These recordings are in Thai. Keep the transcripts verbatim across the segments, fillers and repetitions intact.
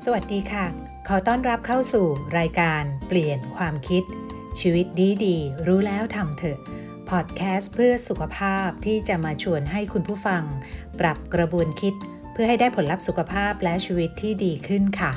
สวัสดีค่ะขอต้อนรับเข้าสู่รายการเปลี่ยนความคิดชีวิตดีๆรู้แล้วทำเถอะพอดแคสต์เพื่อสุขภาพที่จะมาชวนให้คุณผู้ฟังปรับกระบวนคิดเพื่อให้ได้ผลลัพธ์สุขภาพและชีวิตที่ดีขึ้นค่ะ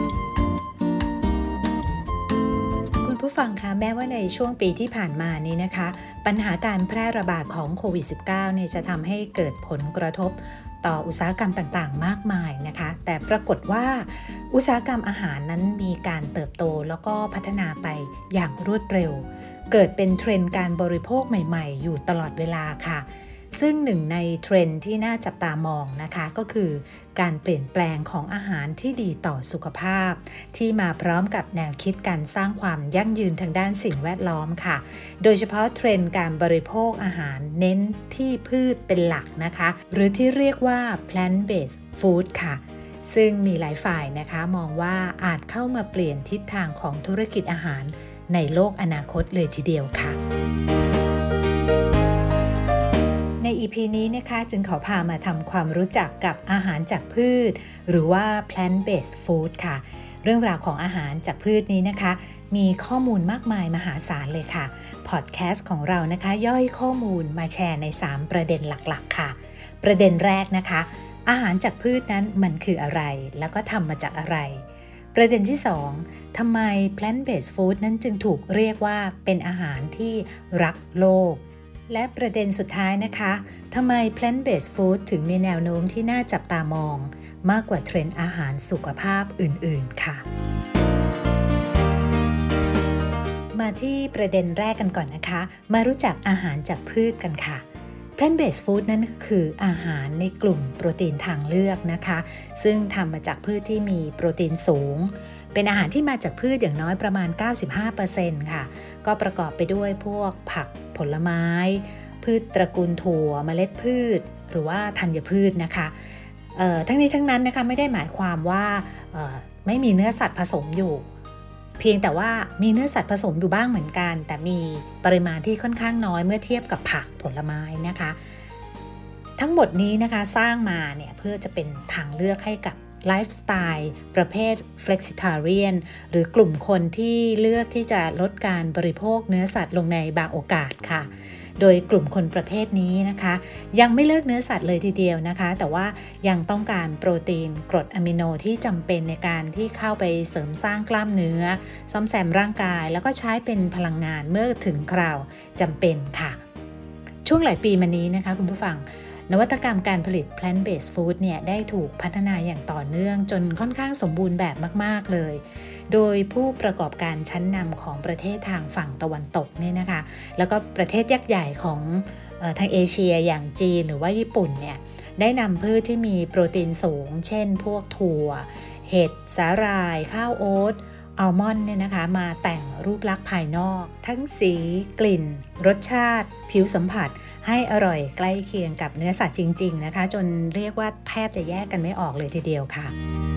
คุณผู้ฟังคะแม้ว่าในช่วงปีที่ผ่านมานี้นะคะปัญหาการแพร่ระบาดของโควิด สิบเก้า เนี่ยจะทำให้เกิดผลกระทบต่ออุตสาหกรรมต่างๆมากมายนะคะแต่ปรากฏว่าอุตสาหกรรมอาหารนั้นมีการเติบโตแล้วก็พัฒนาไปอย่างรวดเร็วเกิดเป็นเทรนด์การบริโภคใหม่ๆอยู่ตลอดเวลาค่ะซึ่งหนึ่งในเทรนด์ที่น่าจับตามองนะคะก็คือการเปลี่ยนแปลงของอาหารที่ดีต่อสุขภาพที่มาพร้อมกับแนวคิดการสร้างความยั่งยืนทางด้านสิ่งแวดล้อมค่ะโดยเฉพาะเทรนด์การบริโภคอาหารเน้นที่พืชเป็นหลักนะคะหรือที่เรียกว่า plant-based food ค่ะซึ่งมีหลายฝ่ายนะคะมองว่าอาจเข้ามาเปลี่ยนทิศทางของธุรกิจอาหารในโลกอนาคตเลยทีเดียวค่ะใน อี พี นี้นะคะจึงขอพามาทำความรู้จักกับอาหารจากพืชหรือว่า plant-based food ค่ะเรื่องราวของอาหารจากพืชนี้นะคะมีข้อมูลมากมายมหาศาลเลยค่ะพอดแคสต์ของเรานะคะย่อยข้อมูลมาแชร์ในสามประเด็นหลักๆค่ะประเด็นแรกนะคะอาหารจากพืชนั้นมันคืออะไรแล้วก็ทำมาจากอะไรประเด็นที่สองทำไม plant-based food นั้นจึงถูกเรียกว่าเป็นอาหารที่รักโลกและประเด็นสุดท้ายนะคะทำไม plant-based food ถึงมีแนวโน้มที่น่าจับตามองมากกว่าเทรนด์อาหารสุขภาพอื่นๆค่ะมาที่ประเด็นแรกกันก่อนนะคะมารู้จักอาหารจากพืชกันค่ะ plant-based food นั่นก็คืออาหารในกลุ่มโปรตีนทางเลือกนะคะซึ่งทำมาจากพืชที่มีโปรตีนสูงเป็นอาหารที่มาจากพืชอย่างน้อยประมาณ เก้าสิบห้าเปอร์เซ็นต์ ค่ะก็ประกอบไปด้วยพวกผักผลไม้พืชตระกูลถั่วเมล็ดพืชหรือว่าธัญพืชนะคะเอ่อทั้งนี้ทั้งนั้นนะคะไม่ได้หมายความว่าเอ่อไม่มีเนื้อสัตว์ผสมอยู่เพียงแต่ว่ามีเนื้อสัตว์ผสมอยู่บ้างเหมือนกันแต่มีปริมาณที่ค่อนข้างน้อยเมื่อเทียบกับผักผลไม้นะคะทั้งหมดนี้นะคะสร้างมาเนี่ยเพื่อจะเป็นทางเลือกให้กับไลฟ์สไตล์ประเภท flexitarian หรือกลุ่มคนที่เลือกที่จะลดการบริโภคเนื้อสัตว์ลงในบางโอกาสค่ะโดยกลุ่มคนประเภทนี้นะคะยังไม่เลิกเนื้อสัตว์เลยทีเดียวนะคะแต่ว่ายังต้องการโปรตีนกรดอะมิโนที่จำเป็นในการที่เข้าไปเสริมสร้างกล้ามเนื้อซ่อมแซมร่างกายแล้วก็ใช้เป็นพลังงานเมื่อถึงคราวจำเป็นค่ะช่วงหลายปีมานี้นะคะคุณผู้ฟังนวัตกรรมการผลิต plant-based food เนี่ยได้ถูกพัฒนาอย่างต่อเนื่องจนค่อนข้างสมบูรณ์แบบมากๆเลยโดยผู้ประกอบการชั้นนำของประเทศทางฝั่งตะวันตกเนี่ยนะคะแล้วก็ประเทศยักษ์ใหญ่ของเอ่อทางเอเชียอย่างจีนหรือว่าญี่ปุ่นเนี่ยได้นำพืชที่มีโปรตีนสูงเช่นพวกถั่วเห็ดสาหร่ายข้าวโอ๊ตอัลมอนด์เนี่ยนะคะมาแต่งรูปลักษณ์ภายนอกทั้งสีกลิ่นรสชาติผิวสัมผัสให้อร่อยใกล้เคียงกับเนื้อสัตว์จริงๆนะคะจนเรียกว่าแทบจะแยกกันไม่ออกเลยทีเดียวค่ะ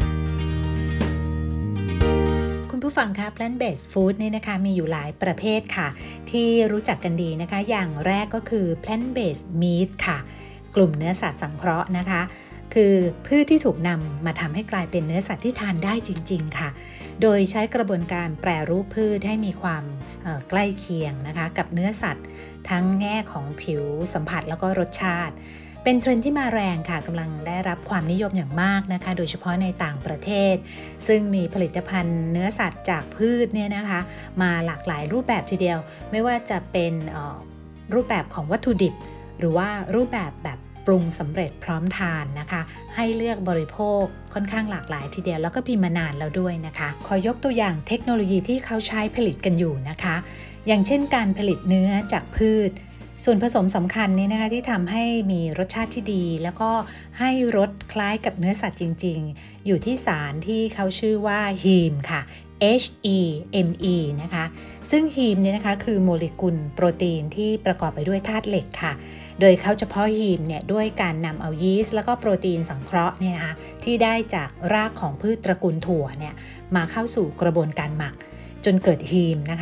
คุณผู้ฟังคะ plant-based food นี่นะคะมีอยู่หลายประเภทค่ะที่รู้จักกันดีนะคะอย่างแรกก็คือ plant-based meat ค่ะกลุ่มเนื้อสัตว์สังเคราะห์นะคะคือพืชที่ถูกนำมาทำให้กลายเป็นเนื้อสัตว์ที่ทานได้จริงๆค่ะโดยใช้กระบวนการแปรรูปพืชให้มีความใกล้เคียงนะคะกับเนื้อสัตว์ทั้งแง่ของผิวสัมผัสแล้วก็รสชาติเป็นเทรนด์ที่มาแรงค่ะกำลังได้รับความนิยมอย่างมากนะคะโดยเฉพาะในต่างประเทศซึ่งมีผลิตภัณฑ์เนื้อสัตว์จากพืชเนี่ยนะคะมาหลากหลายรูปแบบทีเดียวไม่ว่าจะเป็นรูปแบบของวัตถุดิบหรือว่ารูปแบบแบบปรุงสำเร็จพร้อมทานนะคะให้เลือกบริโภคค่อนข้างหลากหลายทีเดียวแล้วก็มีมานานแล้วด้วยนะคะขอยกตัวอย่างเทคโนโลยีที่เขาใช้ผลิตกันอยู่นะคะอย่างเช่นการผลิตเนื้อจากพืชส่วนผสมสำคัญนี้นะคะที่ทำให้มีรสชาติที่ดีแล้วก็ให้รสคล้ายกับเนื้อสัตว์จริงๆอยู่ที่สารที่เขาชื่อว่า ฮีม ค่ะ H E M E นะคะซึ่ง ฮีม เนี่ยนะคะคือโมเลกุลโปรตีนที่ประกอบไปด้วยธาตุเหล็กค่ะโดยเขาเฉพาะ ฮีม เนี่ยด้วยการนำเอายีสต์แล้วก็โปรตีนสังเคราะห์เนี่ยนะคะที่ได้จากรากของพืชตระกูลถั่วเนี่ยมาเข้าสู่กระบวนการหมักจนเกิด ฮีม นะคะ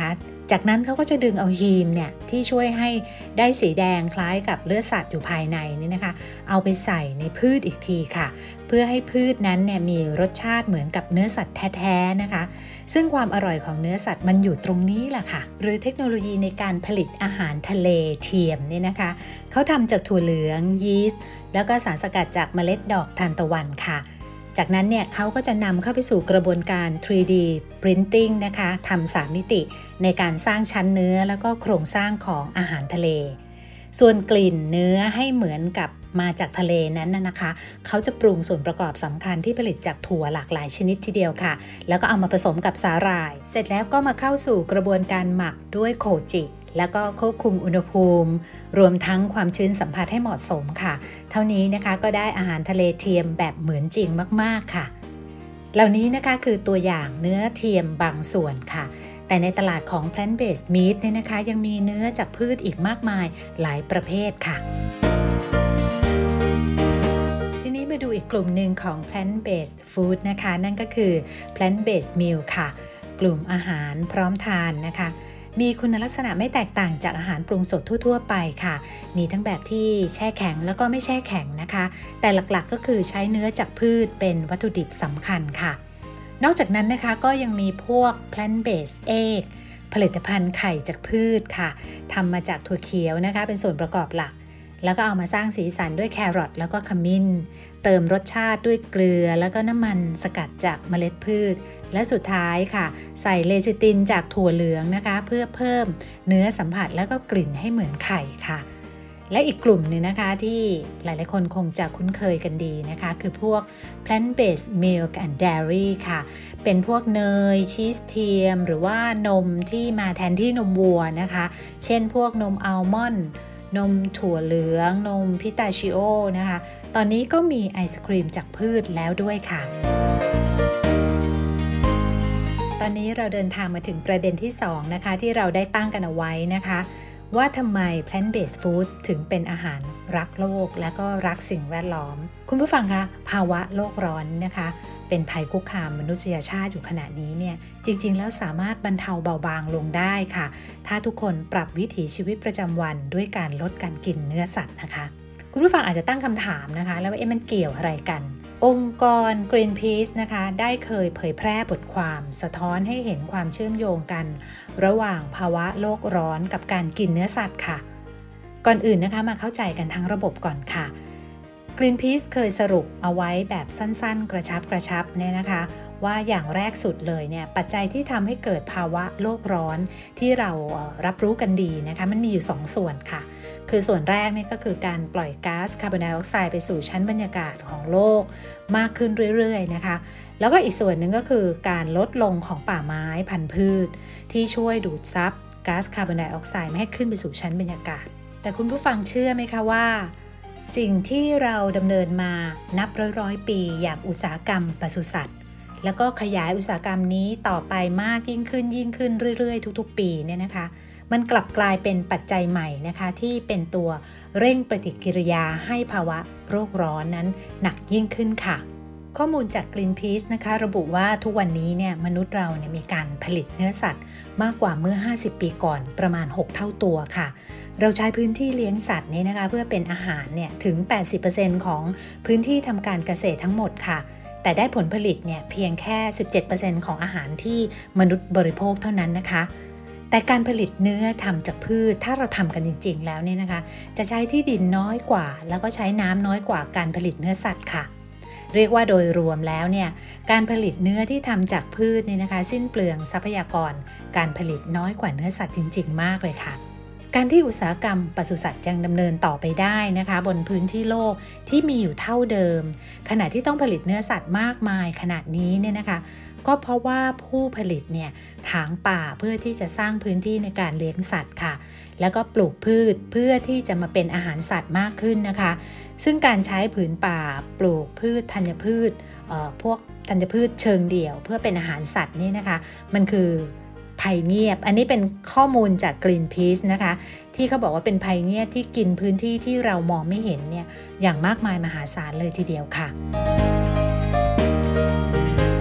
จากนั้นเขาก็จะดึงเอาฮีมเนี่ยที่ช่วยให้ได้สีแดงคล้ายกับเลือดสัตว์อยู่ภายในนี่นะคะเอาไปใส่ในพืชอีกทีค่ะเพื่อให้พืชนั้นเนี่ยมีรสชาติเหมือนกับเนื้อสัตว์แท้ๆนะคะซึ่งความอร่อยของเนื้อสัตว์มันอยู่ตรงนี้แหละค่ะหรือเทคโนโลยีในการผลิตอาหารทะเลเทียมเนี่ยนะคะเขาทำจากถั่วเหลืองยีสต์แล้วก็สารสกัดจากเมล็ดดอกทานตะวันค่ะจากนั้นเนี่ยเขาก็จะนำเข้าไปสู่กระบวนการ ทรี ดี Printing นะคะทำสามมิติในการสร้างชั้นเนื้อแล้วก็โครงสร้างของอาหารทะเลส่วนกลิ่นเนื้อให้เหมือนกับมาจากทะเลนั้นนะคะเขาจะปรุงส่วนประกอบสำคัญที่ผลิตจากถั่วหลากหลายชนิดทีเดียวค่ะแล้วก็เอามาผสมกับสาหร่ายเสร็จแล้วก็มาเข้าสู่กระบวนการหมักด้วยโคจิแล้วก็ควบคุมอุณหภูมิรวมทั้งความชื้นสัมผัสให้เหมาะสมค่ะเท่านี้นะคะก็ได้อาหารทะเลเทียมแบบเหมือนจริงมากๆค่ะเหล่านี้นะคะคือตัวอย่างเนื้อเทียมบางส่วนค่ะแต่ในตลาดของ plant-based meat เนี่ยนะคะยังมีเนื้อจากพืชอีกมากมายหลายประเภทค่ะทีนี้มาดูอีกกลุ่มหนึ่งของ plant-based food นะคะนั่นก็คือ plant-based meal ค่ะกลุ่มอาหารพร้อมทานนะคะมีคุณลักษณะไม่แตกต่างจากอาหารปรุงสดทั่วๆไปค่ะมีทั้งแบบที่แช่แข็งแล้วก็ไม่แช่แข็งนะคะแต่หลักๆก็คือใช้เนื้อจากพืชเป็นวัตถุดิบสำคัญค่ะนอกจากนั้นนะคะก็ยังมีพวก plant-based egg ผลิตภัณฑ์ไข่จากพืชค่ะทำมาจากถั่วเขียวนะคะเป็นส่วนประกอบหลักแล้วก็เอามาสร้างสีสันด้วยแครอทแล้วก็ขมิ้นเติมรสชาติด้วยเกลือแล้วก็น้ำมันสกัดจากเมล็ดพืชและสุดท้ายค่ะใส่เลซิตินจากถั่วเหลืองนะคะเพื่อเพิ่มเนื้อสัมผัสแล้วก็กลิ่นให้เหมือนไข่ค่ะและอีกกลุ่มหนึ่งนะคะที่หลายๆคนคงจะคุ้นเคยกันดีนะคะคือพวก plant-based milk and dairy ค่ะเป็นพวกเนยชีสเทียมหรือว่านมที่มาแทนที่นมวัวนะคะเช่นพวกนมอัลมอนด์นมถั่วเหลืองนมพิตาชิโอนะคะตอนนี้ก็มีไอศครีมจากพืชแล้วด้วยค่ะตอนนี้เราเดินทางมาถึงประเด็นที่สองนะคะที่เราได้ตั้งกันเอาไว้นะคะว่าทำไม plant-based food ถึงเป็นอาหารรักโลกและก็รักสิ่งแวดล้อมคุณผู้ฟังคะภาวะโลกร้อนนะคะเป็นภัยคุกคามมนุษยชาติอยู่ขณะนี้เนี่ยจริงๆแล้วสามารถบรรเทาเบาบางลงได้ค่ะถ้าทุกคนปรับวิถีชีวิตประจำวันด้วยการลดการกินเนื้อสัตว์นะคะคุณผู้ฟังอาจจะตั้งคำถามนะคะแล้วว่าเอ๊ะมันเกี่ยวอะไรกันองค์กร Greenpeace นะคะได้เคยเผยแพร่บทความสะท้อนให้เห็นความเชื่อมโยงกันระหว่างภาวะโลกร้อนกับการกินเนื้อสัตว์ค่ะก่อนอื่นนะคะมาเข้าใจกันทั้งระบบก่อนค่ะ Greenpeace เคยสรุปเอาไว้แบบสั้นๆกระชับกระชับเนี่ยนะคะว่าอย่างแรกสุดเลยเนี่ยปัจจัยที่ทำให้เกิดภาวะโลกร้อนที่เรารับรู้กันดีนะคะมันมีอยู่สองส่วนค่ะคือส่วนแรกนี่ก็คือการปล่อยก๊าซคาร์บอนไดออกไซด์ไปสู่ชั้นบรรยากาศของโลกมากขึ้นเรื่อยๆนะคะแล้วก็อีกส่วนหนึ่งก็คือการลดลงของป่าไม้พันธุ์พืชที่ช่วยดูดซับก๊าซคาร์บอนไดออกไซด์ไม่ให้ขึ้นไปสู่ชั้นบรรยากาศแต่คุณผู้ฟังเชื่อไหมคะว่าสิ่งที่เราดำเนินมานับร้อยๆปีอย่างอุตสาหกรรมปศุสัตว์แล้วก็ขยายอุตสาหกรรมนี้ต่อไปมากยิ่งขึ้นยิ่งขึ้นเรื่อยๆทุกๆปีเนี่ยนะคะมันกลับกลายเป็นปัจจัยใหม่นะคะที่เป็นตัวเร่งปฏิกิริยาให้ภาวะโลกร้อนนั้นหนักยิ่งขึ้นค่ะข้อมูลจาก Greenpeace นะคะระบุว่าทุกวันนี้เนี่ยมนุษย์เราเนี่ยมีการผลิตเนื้อสัตว์มากกว่าเมื่อห้าสิบปีก่อนประมาณหกเท่าตัวค่ะเราใช้พื้นที่เลี้ยงสัตว์นี้นะคะเพื่อเป็นอาหารเนี่ยถึง แปดสิบเปอร์เซ็นต์ ของพื้นที่ทำการเกษตรทั้งหมดค่ะแต่ได้ผลผลิตเนี่ยเพียงแค่ สิบเจ็ดเปอร์เซ็นต์ ของอาหารที่มนุษย์บริโภคเท่านั้นนะคะแต่การผลิตเนื้อทำจากพืชถ้าเราทำกันจริงๆแล้วเนี่ยนะคะจะใช้ที่ดินน้อยกว่าแล้วก็ใช้น้ำน้อยกว่าการผลิตเนื้อสัตว์ค่ะเรียกว่าโดยรวมแล้วเนี่ยการผลิตเนื้อที่ทำจากพืชเนี่ยนะคะสิ้นเปลืองทรัพยากรการผลิตน้อยกว่าเนื้อสัตว์จริงๆมากเลยค่ะการที่อุตสาหกรรมปศุสัตว์ยังดำเนินต่อไปได้นะคะบนพื้นที่โลกที่มีอยู่เท่าเดิมขณะที่ต้องผลิตเนื้อสัตว์มากมายขนาดนี้เนี่ยนะคะก็เพราะว่าผู้ผลิตเนี่ยถางป่าเพื่อที่จะสร้างพื้นที่ในการเลี้ยงสัตว์ค่ะแล้วก็ปลูกพืชเพื่อที่จะมาเป็นอาหารสัตว์มากขึ้นนะคะซึ่งการใช้ผืนป่าปลูกพืชธัญพืชพวกธัญพืชเชิงเดี่ยวเพื่อเป็นอาหารสัตว์นี่นะคะมันคือภัยเงียบอันนี้เป็นข้อมูลจาก Greenpeace นะคะที่เขาบอกว่าเป็นภัยเงียบที่กินพื้นที่ที่เรามองไม่เห็นเนี่ยอย่างมากมายมหาศาลเลยทีเดียวค่ะคุณ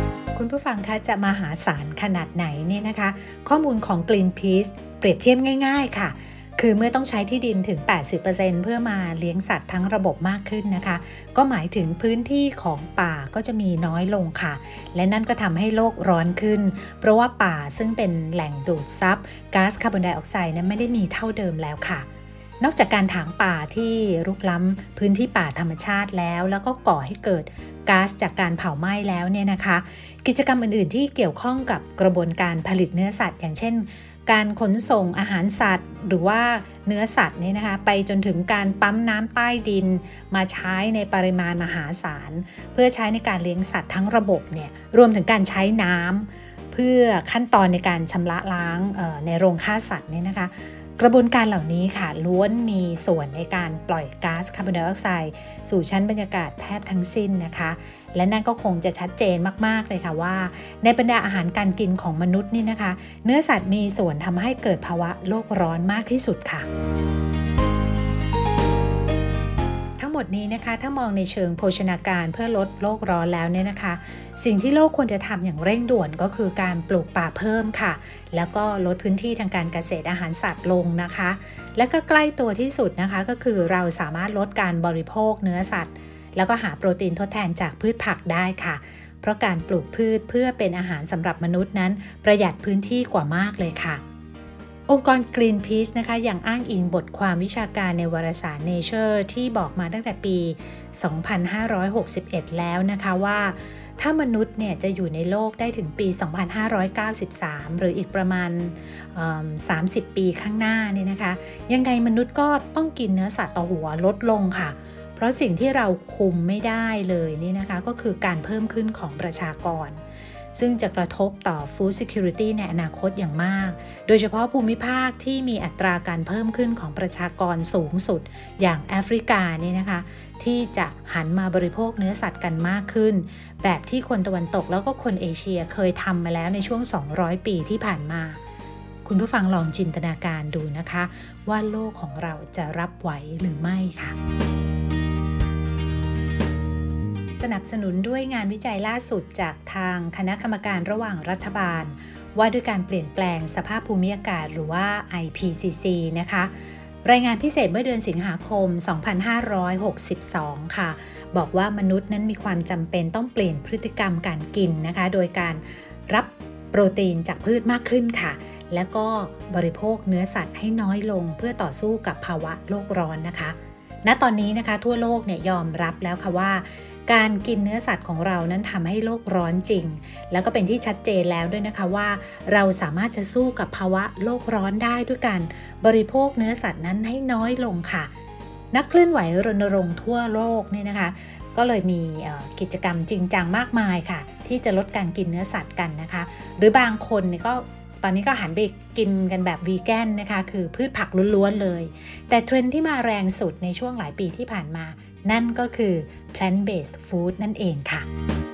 คุณผู้ฟังคะจะมหาศาลขนาดไหนเนี่ยนะคะข้อมูลของ Greenpeace เปรียบเทียบง่ายๆค่ะคือเมื่อต้องใช้ที่ดินถึง แปดสิบเปอร์เซ็นต์ เพื่อมาเลี้ยงสัตว์ทั้งระบบมากขึ้นนะคะก็หมายถึงพื้นที่ของป่าก็จะมีน้อยลงค่ะและนั่นก็ทำให้โลกร้อนขึ้นเพราะว่าป่าซึ่งเป็นแหล่งดูดซับก๊าซคาร์บอนไดออกไซด์นั้นไม่ได้มีเท่าเดิมแล้วค่ะนอกจากการถางป่าที่รุกล้ำพื้นที่ป่าธรรมชาติแล้วแล้วก็ก่อให้เกิดก๊าซจากการเผาไหม้แล้วเนี่ยนะคะกิจกรรมอื่นๆที่เกี่ยวข้องกับกระบวนการผลิตเนื้อสัตว์อย่างเช่นการขนส่งอาหารสัตว์หรือว่าเนื้อสัตว์นี่นะคะไปจนถึงการปั๊มน้ำใต้ดินมาใช้ในปริมาณมหาศาลเพื่อใช้ในการเลี้ยงสัตว์ทั้งระบบเนี่ยรวมถึงการใช้น้ำเพื่อขั้นตอนในการชำระล้างในโรงฆ่าสัตว์เนี่ยนะคะกระบวนการเหล่านี้ค่ะล้วนมีส่วนในการปล่อยก๊าซคาร์บอนไดออกไซด์สู่ชั้นบรรยากาศแทบทั้งสิ้นนะคะและนั่นก็คงจะชัดเจนมากๆเลยค่ะว่าในบรรดาอาหารการกินของมนุษย์นี่นะคะเนื้อสัตว์มีส่วนทำให้เกิดภาวะโลกร้อนมากที่สุดค่ะทั้งหมดนี้นะคะถ้ามองในเชิงโภชนาการเพื่อลดโลกร้อนแล้วเนี่ยนะคะสิ่งที่โลกควรจะทำอย่างเร่งด่วนก็คือการปลูกป่าเพิ่มค่ะแล้วก็ลดพื้นที่ทางการเกษตรอาหารสัตว์ลงนะคะและก็ใกล้ตัวที่สุดนะคะก็คือเราสามารถลดการบริโภคเนื้อสัตว์แล้วก็หาโปรตีนทดแทนจากพืชผักได้ค่ะเพราะการปลูกพืชเพื่อเป็นอาหารสำหรับมนุษย์นั้นประหยัดพื้นที่กว่ามากเลยค่ะองค์กร Greenpeace นะคะอย่างอ้างอิงบทความวิชาการในวารสาร Nature ที่บอกมาตั้งแต่ปี สองพันห้าร้อยหกสิบเอ็ด แล้วนะคะว่าถ้ามนุษย์เนี่ยจะอยู่ในโลกได้ถึงปี สองพันห้าร้อยเก้าสิบสาม หรืออีกประมาณสามสิบปีข้างหน้าเนี่ยนะคะยังไงมนุษย์ก็ต้องกินเนื้อสัตว์ต่อหัวลดลงค่ะเพราะสิ่งที่เราคุมไม่ได้เลยนี่นะคะก็คือการเพิ่มขึ้นของประชากรซึ่งจะกระทบต่อ Food Security ในอนาคตอย่างมากโดยเฉพาะภูมิภาคที่มีอัตราการเพิ่มขึ้นของประชากรสูงสุดอย่างแอฟริกานี่นะคะที่จะหันมาบริโภคเนื้อสัตว์กันมากขึ้นแบบที่คนตะวันตกแล้วก็คนเอเชียเคยทำมาแล้วในช่วงสองร้อยปีที่ผ่านมาคุณผู้ฟังลองจินตนาการดูนะคะว่าโลกของเราจะรับไหวหรือไม่ค่ะสนับสนุนด้วยงานวิจัยล่าสุดจากทางคณะกรรมการระหว่างรัฐบาลว่าด้วยการเปลี่ยนแปลงสภาพภูมิอากาศหรือว่า ไอ พี ซี ซี นะคะรายงานพิเศษเมื่อเดือนสิงหาคม สองพันห้าร้อยหกสิบสอง ค่ะบอกว่ามนุษย์นั้นมีความจำเป็นต้องเปลี่ยนพฤติกรรมการกินนะคะโดยการรับโปรตีนจากพืชมากขึ้นค่ะแล้วก็บริโภคเนื้อสัตว์ให้น้อยลงเพื่อต่อสู้กับภาวะโลกร้อนนะคะณตอนนี้นะคะทั่วโลกเนี่ยยอมรับแล้วค่ะว่าการกินเนื้อสัตว์ของเรานั้นทำให้โลกร้อนจริงแล้วก็เป็นที่ชัดเจนแล้วด้วยนะคะว่าเราสามารถจะสู้กับภาวะโลกร้อนได้ด้วยการบริโภคเนื้อสัตว์นั้นให้น้อยลงค่ะนักเคลื่อนไหวรณรงค์ทั่วโลกเนี่ยนะคะก็เลยมีกิจกรรมจริงจังมากมายค่ะที่จะลดการกินเนื้อสัตว์กันนะคะหรือบางคนเนี่ยก็ตอนนี้ก็หันไปกินกันแบบวีแกนนะคะคือพืชผักล้วนๆเลยแต่เทรนด์ที่มาแรงสุดในช่วงหลายปีที่ผ่านมานั่นก็คือ plant-based food นั่นเองค่ะ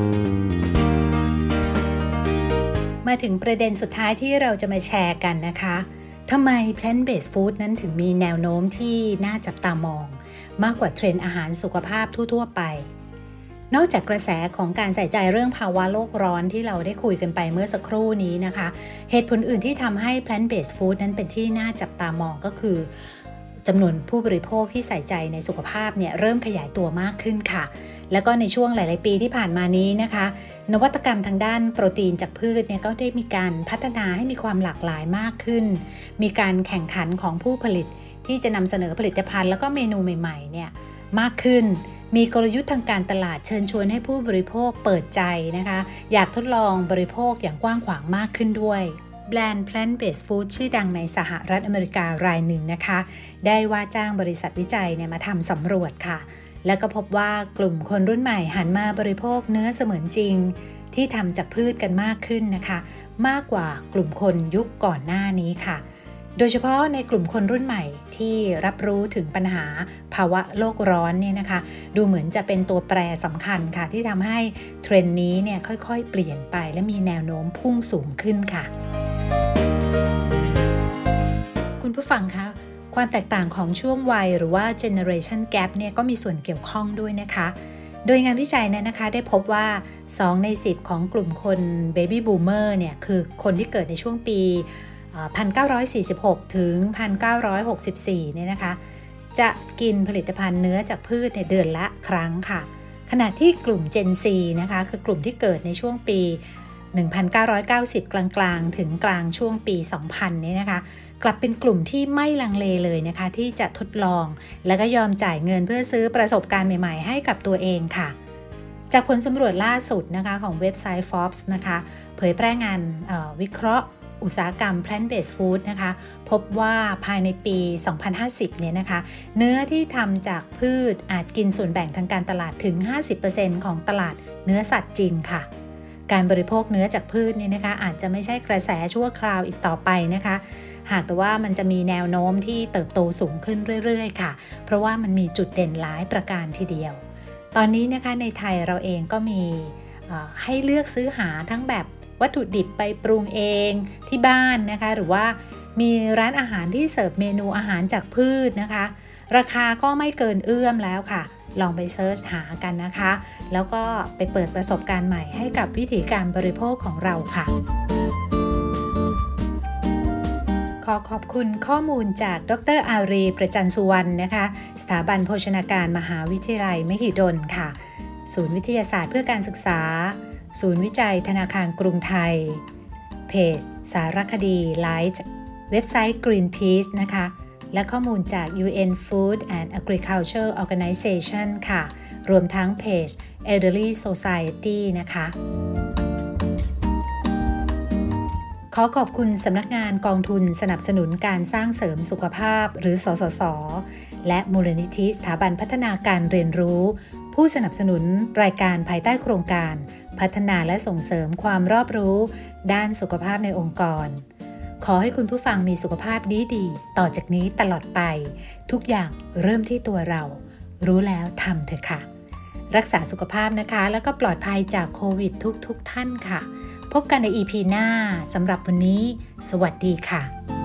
มาถึงประเด็นสุดท้ายที่เราจะมาแชร์กันนะคะทำไม plant-based food นั้นถึงมีแนวโน้มที่น่าจับตามองมากกว่าเทรนด์อาหารสุขภาพทั่วๆไปนอกจากกระแสของการใส่ใจเรื่องภาวะโลกร้อนที่เราได้คุยกันไปเมื่อสักครู่นี้นะคะเหตุผลอื่นที่ทำให้ plant-based food นั้นเป็นที่น่าจับตามองก็คือจำนวนผู้บริโภคที่ใส่ใจในสุขภาพเนี่ยเริ่มขยายตัวมากขึ้นค่ะแล้วก็ในช่วงหลายๆปีที่ผ่านมานี้นะคะนวัตกรรมทางด้านโปรตีนจากพืชเนี่ยก็ได้มีการพัฒนาให้มีความหลากหลายมากขึ้นมีการแข่งขันของผู้ผลิตที่จะนำเสนอผลิตภัณฑ์แล้วก็เมนูใหม่ๆเนี่ยมากขึ้นมีกลยุทธ์ทางการตลาดเชิญชวนให้ผู้บริโภคเปิดใจนะคะอยากทดลองบริโภคอย่างกว้างขวางมากขึ้นด้วยแบรนด์ plant-based food ชื่อดังในสหรัฐอเมริการายหนึ่งนะคะได้ว่าจ้างบริษัทวิจัยเนี่ยมาทำสำรวจค่ะแล้วก็พบว่ากลุ่มคนรุ่นใหม่หันมาบริโภคเนื้อเสมือนจริงที่ทำจากพืชกันมากขึ้นนะคะมากกว่ากลุ่มคนยุคก่อนหน้านี้ค่ะโดยเฉพาะในกลุ่มคนรุ่นใหม่ที่รับรู้ถึงปัญหาภาวะโลกร้อนเนี่ยนะคะดูเหมือนจะเป็นตัวแปรสำคัญค่ะที่ทำให้เทรนด์นี้เนี่ยค่อยๆเปลี่ยนไปและมีแนวโน้มพุ่งสูงขึ้นค่ะคุณผู้ฟังคะความแตกต่างของช่วงวัยหรือว่า generation gap เนี่ยก็มีส่วนเกี่ยวข้องด้วยนะคะโดยงานวิจัยนั้นนะคะได้พบว่าสองในสิบของกลุ่มคน Baby Boomer เนี่ยคือคนที่เกิดในช่วงปีหนึ่งพันเก้าร้อยสี่สิบหกถึงหนึ่งพันเก้าร้อยหกสิบสี่เนี่ยนะคะจะกินผลิตภัณฑ์เนื้อจากพืชในเดือนละครั้งค่ะขณะที่กลุ่ม Gen Z นะคะคือกลุ่มที่เกิดในช่วงปีหนึ่งพันเก้าร้อยเก้าสิบกลางๆถึงกลางช่วงปีสองพันเนี่ยนะคะกลับเป็นกลุ่มที่ไม่ลังเลเลยนะคะที่จะทดลองและก็ยอมจ่ายเงินเพื่อซื้อประสบการณ์ใหม่ๆให้กับตัวเองค่ะจากผลสำรวจล่าสุดนะคะของเว็บไซต์ Forbes นะคะเผยแพร่งานวิเคราะห์อุตสาหกรรม plant-based food นะคะพบว่าภายในปีสองพันห้าสิบเนี่ยนะคะเนื้อที่ทำจากพืชอาจกินส่วนแบ่งทางการตลาดถึง ห้าสิบเปอร์เซ็นต์ ของตลาดเนื้อสัตว์จริงค่ะการบริโภคเนื้อจากพืชนี่นะคะอาจจะไม่ใช่กระแสชั่วคราวอีกต่อไปนะคะหากแต่ว่ามันจะมีแนวโน้มที่เติบโตสูงขึ้นเรื่อยๆค่ะเพราะว่ามันมีจุดเด่นหลายประการทีเดียวตอนนี้นะคะในไทยเราเองก็มีให้เลือกซื้อหาทั้งแบบวัตถุดิบไปปรุงเองที่บ้านนะคะหรือว่ามีร้านอาหารที่เสิร์ฟเมนูอาหารจากพืชนะคะราคาก็ไม่เกินเอื้อมแล้วค่ะลองไปเซิร์ชหากันนะคะแล้วก็ไปเปิดประสบการณ์ใหม่ให้กับวิถีการบริโภคของเราค่ะขอขอบคุณข้อมูลจากดรอารีประจันสุวรรณนะคะสถาบันโภชนาการมหาวิทยาลัยมหิดลค่ะศูนย์วิทยาศาสตร์เพื่อการศึกษาศูนย์วิจัยธนาคารกรุงไทยเพจสารคดี Light เว็บไซต์ Greenpeace นะคะและข้อมูลจาก ยู เอ็น Food and Agriculture Organization ค่ะรวมทั้งเพจ Elderly Society นะคะขอขอบคุณสำนักงานกองทุนสนับสนุนการสร้างเสริมสุขภาพหรือสสส.และมูลนิธิสถาบันพัฒนาการเรียนรู้ผู้สนับสนุนรายการภายใต้โครงการพัฒนาและส่งเสริมความรอบรู้ด้านสุขภาพในองค์กรขอให้คุณผู้ฟังมีสุขภาพดีๆต่อจากนี้ตลอดไปทุกอย่างเริ่มที่ตัวเรารู้แล้วทำเถอะค่ะรักษาสุขภาพนะคะแล้วก็ปลอดภัยจากโควิดทุกๆท่านค่ะพบกันใน อี พี หน้าสำหรับวันนี้สวัสดีค่ะ